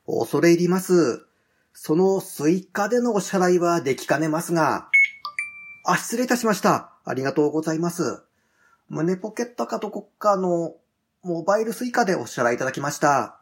恐れ入ります。そのスイカでのお支払いはできかねますが。失礼いたしました。ありがとうございます。胸ポケットかどこかのモバイルスイカでお支払いいただきました。